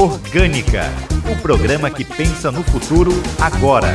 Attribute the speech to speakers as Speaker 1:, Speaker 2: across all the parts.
Speaker 1: Orgânica, o programa que pensa no futuro agora.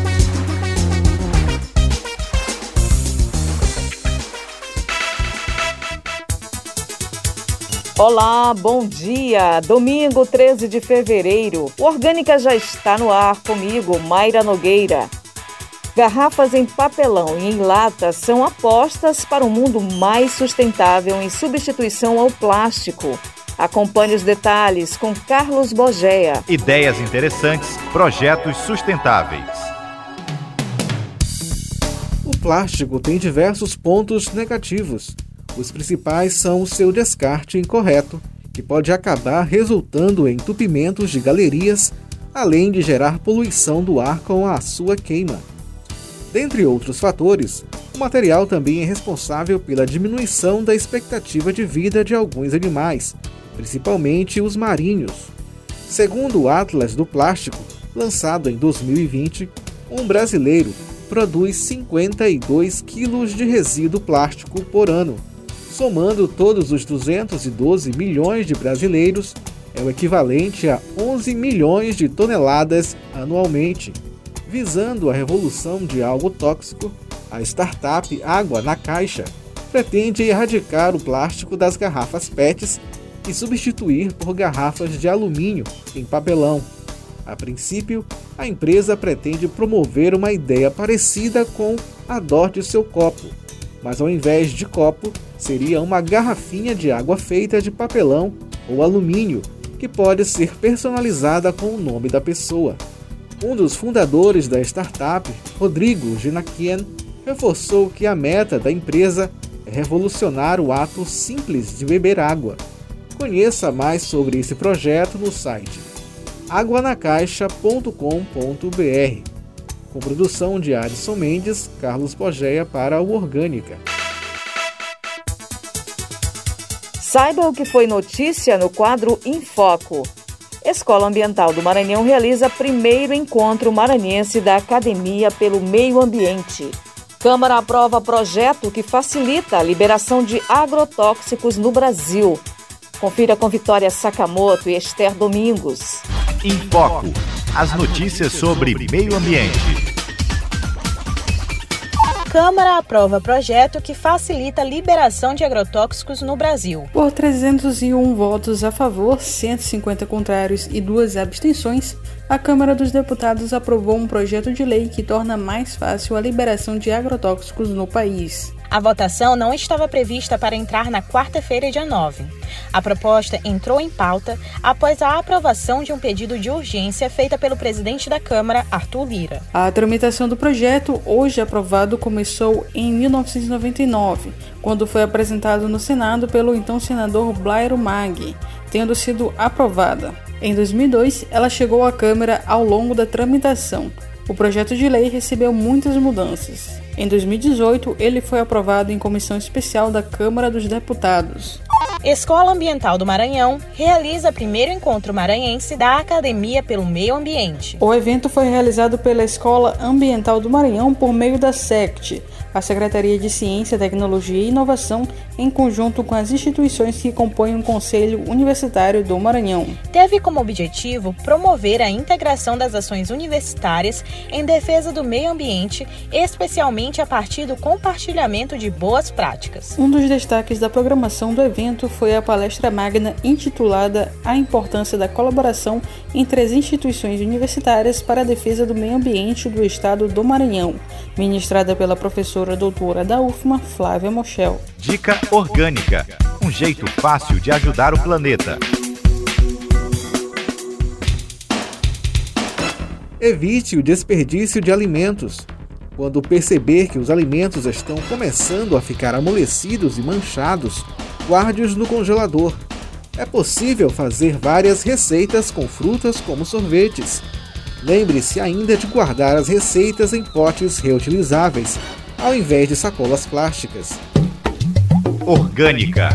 Speaker 2: Olá, bom dia! Domingo 13 de fevereiro. O Orgânica já está no ar comigo, Mayra Nogueira. Garrafas em papelão e em lata são apostas para um mundo mais sustentável em substituição ao plástico. Acompanhe os detalhes com Carlos Bogea.
Speaker 1: Ideias interessantes, projetos sustentáveis.
Speaker 3: O plástico tem diversos pontos negativos. Os principais são o seu descarte incorreto, que pode acabar resultando em entupimentos de galerias, além de gerar poluição do ar com a sua queima. Dentre outros fatores, o material também é responsável pela diminuição da expectativa de vida de alguns animais, principalmente os marinhos. Segundo o Atlas do Plástico, lançado em 2020, um brasileiro produz 52 quilos de resíduo plástico por ano. Somando todos os 212 milhões de brasileiros, é o equivalente a 11 milhões de toneladas anualmente. Visando a revolução de algo tóxico, a startup Água na Caixa pretende erradicar o plástico das garrafas PETs e substituir por garrafas de alumínio em papelão. A princípio, a empresa pretende promover uma ideia parecida com Adote Seu Copo, mas ao invés de copo, seria uma garrafinha de água feita de papelão ou alumínio, que pode ser personalizada com o nome da pessoa. Um dos fundadores da startup, Rodrigo Ginakien, reforçou que a meta da empresa é revolucionar o ato simples de beber água. Conheça mais sobre esse projeto no site aguanacaixa.com.br. Com produção de Adson Mendes, Carlos Bogea para o Orgânica.
Speaker 2: Saiba o que foi notícia no quadro Em Foco. Escola Ambiental do Maranhão realiza primeiro encontro maranhense da Academia pelo Meio Ambiente. Câmara aprova projeto que facilita a liberação de agrotóxicos no Brasil. Confira com Vitória Sakamoto e Esther Domingos.
Speaker 1: Em Foco, as notícias sobre meio ambiente.
Speaker 4: Câmara aprova projeto que facilita a liberação de agrotóxicos no Brasil.
Speaker 5: Por 301 votos a favor, 150 contrários e 2 abstenções, a Câmara dos Deputados aprovou um projeto de lei que torna mais fácil a liberação de agrotóxicos no país.
Speaker 4: A votação não estava prevista para entrar na quarta-feira, dia 9. A proposta entrou em pauta após a aprovação de um pedido de urgência feita pelo presidente da Câmara, Arthur Lira.
Speaker 5: A tramitação do projeto, hoje aprovado, começou em 1999, quando foi apresentado no Senado pelo então senador Blairo Maggi, tendo sido aprovada. Em 2002, ela chegou à Câmara ao longo da tramitação. O projeto de lei recebeu muitas mudanças. Em 2018, ele foi aprovado em comissão especial da Câmara dos Deputados.
Speaker 4: Escola Ambiental do Maranhão realiza primeiro encontro maranhense da Academia pelo Meio Ambiente.
Speaker 5: O evento foi realizado pela Escola Ambiental do Maranhão por meio da SECT, a Secretaria de Ciência, Tecnologia e Inovação, em conjunto com as instituições que compõem o Conselho Universitário do Maranhão.
Speaker 4: Teve como objetivo promover a integração das ações universitárias em defesa do meio ambiente, especialmente a partir do compartilhamento de boas práticas.
Speaker 5: Um dos destaques da programação do evento foi a palestra magna intitulada A Importância da Colaboração entre as Instituições Universitárias para a Defesa do Meio Ambiente do Estado do Maranhão, ministrada pela professora doutora da UFMA, Flávia Moschel.
Speaker 1: Dica Orgânica, um jeito fácil de ajudar o planeta.
Speaker 3: Evite o desperdício de alimentos. Quando perceber que os alimentos estão começando a ficar amolecidos e manchados, guarde-os no congelador. É possível fazer várias receitas com frutas como sorvetes. Lembre-se ainda de guardar as receitas em potes reutilizáveis, ao invés de sacolas plásticas.
Speaker 1: Orgânica.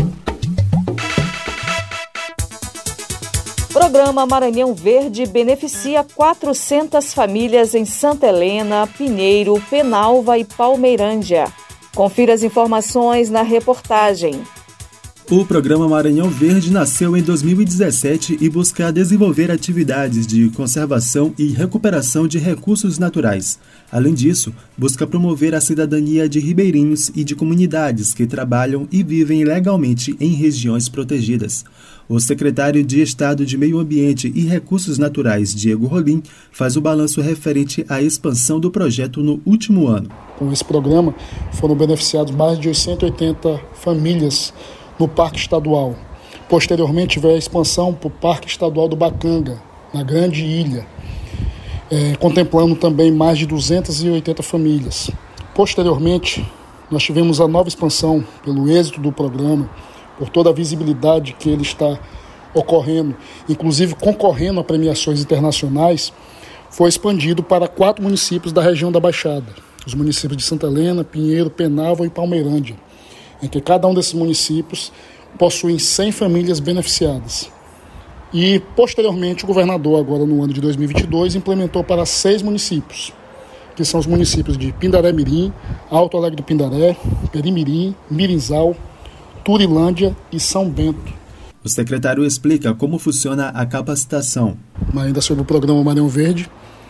Speaker 2: Programa Maranhão Verde beneficia 400 famílias em Santa Helena, Pinheiro, Penalva e Palmeirândia. Confira as informações na reportagem.
Speaker 6: O programa Maranhão Verde nasceu em 2017 e busca desenvolver atividades de conservação e recuperação de recursos naturais. Além disso, busca promover a cidadania de ribeirinhos e de comunidades que trabalham e vivem legalmente em regiões protegidas. O secretário de Estado de Meio Ambiente e Recursos Naturais, Diego Rolim, faz o balanço referente à expansão do projeto no último ano.
Speaker 7: Com esse programa, foram beneficiados mais de 880 famílias no Parque Estadual. Posteriormente, veio a expansão para o Parque Estadual do Bacanga, na Grande Ilha, contemplando também mais de 280 famílias. Posteriormente, nós tivemos a nova expansão pelo êxito do programa, por toda a visibilidade que ele está ocorrendo, inclusive concorrendo a premiações internacionais, foi expandido para 4 municípios da região da Baixada, os municípios de Santa Helena, Pinheiro, Penával e Palmeirândia, em que cada um desses municípios possui 100 famílias beneficiadas. E, posteriormente, o governador, agora no ano de 2022, implementou para 6 municípios, que são os municípios de Pindaré-Mirim, Alto Alegre do Pindaré, Perimirim, Mirinzal, Turilândia e São Bento.
Speaker 6: O secretário explica como funciona a capacitação.
Speaker 7: Ainda sobre o programa Maranhão Verde,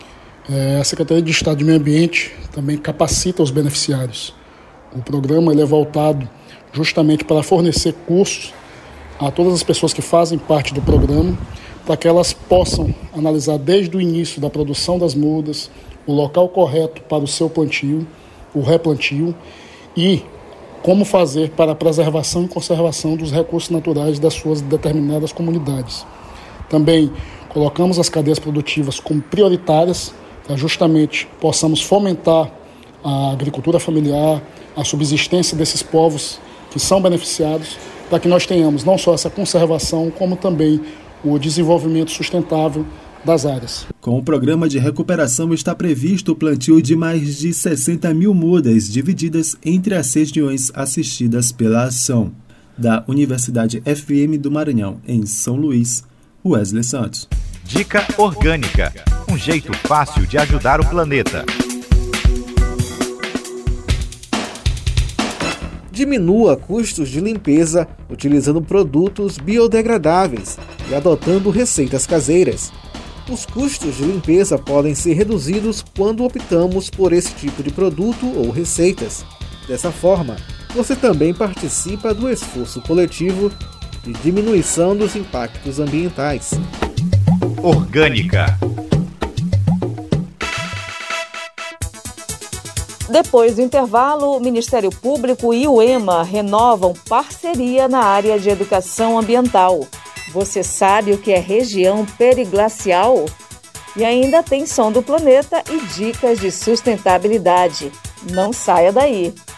Speaker 7: a Secretaria de Estado de Meio Ambiente também capacita os beneficiários. O programa ele é voltado justamente para fornecer cursos a todas as pessoas que fazem parte do programa, para que elas possam analisar desde o início da produção das mudas, o local correto para o seu plantio, o replantio e como fazer para a preservação e conservação dos recursos naturais das suas determinadas comunidades. Também colocamos as cadeias produtivas como prioritárias, para justamente possamos fomentar a agricultura familiar, a subsistência desses povos que são beneficiados, para que nós tenhamos não só essa conservação, como também o desenvolvimento sustentável das áreas.
Speaker 6: Com o programa de recuperação está previsto o plantio de mais de 60 mil mudas divididas entre as regiões assistidas pela ação. Da Universidade FM do Maranhão, em São Luís, Wesley Santos.
Speaker 1: Dica Orgânica, um jeito fácil de ajudar o planeta.
Speaker 3: Diminua custos de limpeza utilizando produtos biodegradáveis e adotando receitas caseiras. Os custos de limpeza podem ser reduzidos quando optamos por esse tipo de produto ou receitas. Dessa forma, você também participa do esforço coletivo de diminuição dos impactos ambientais.
Speaker 1: Orgânica.
Speaker 2: Depois do intervalo, o Ministério Público e o EMA renovam parceria na área de educação ambiental. Você sabe o que é região periglacial? E ainda tem Som do Planeta e dicas de sustentabilidade. Não saia daí!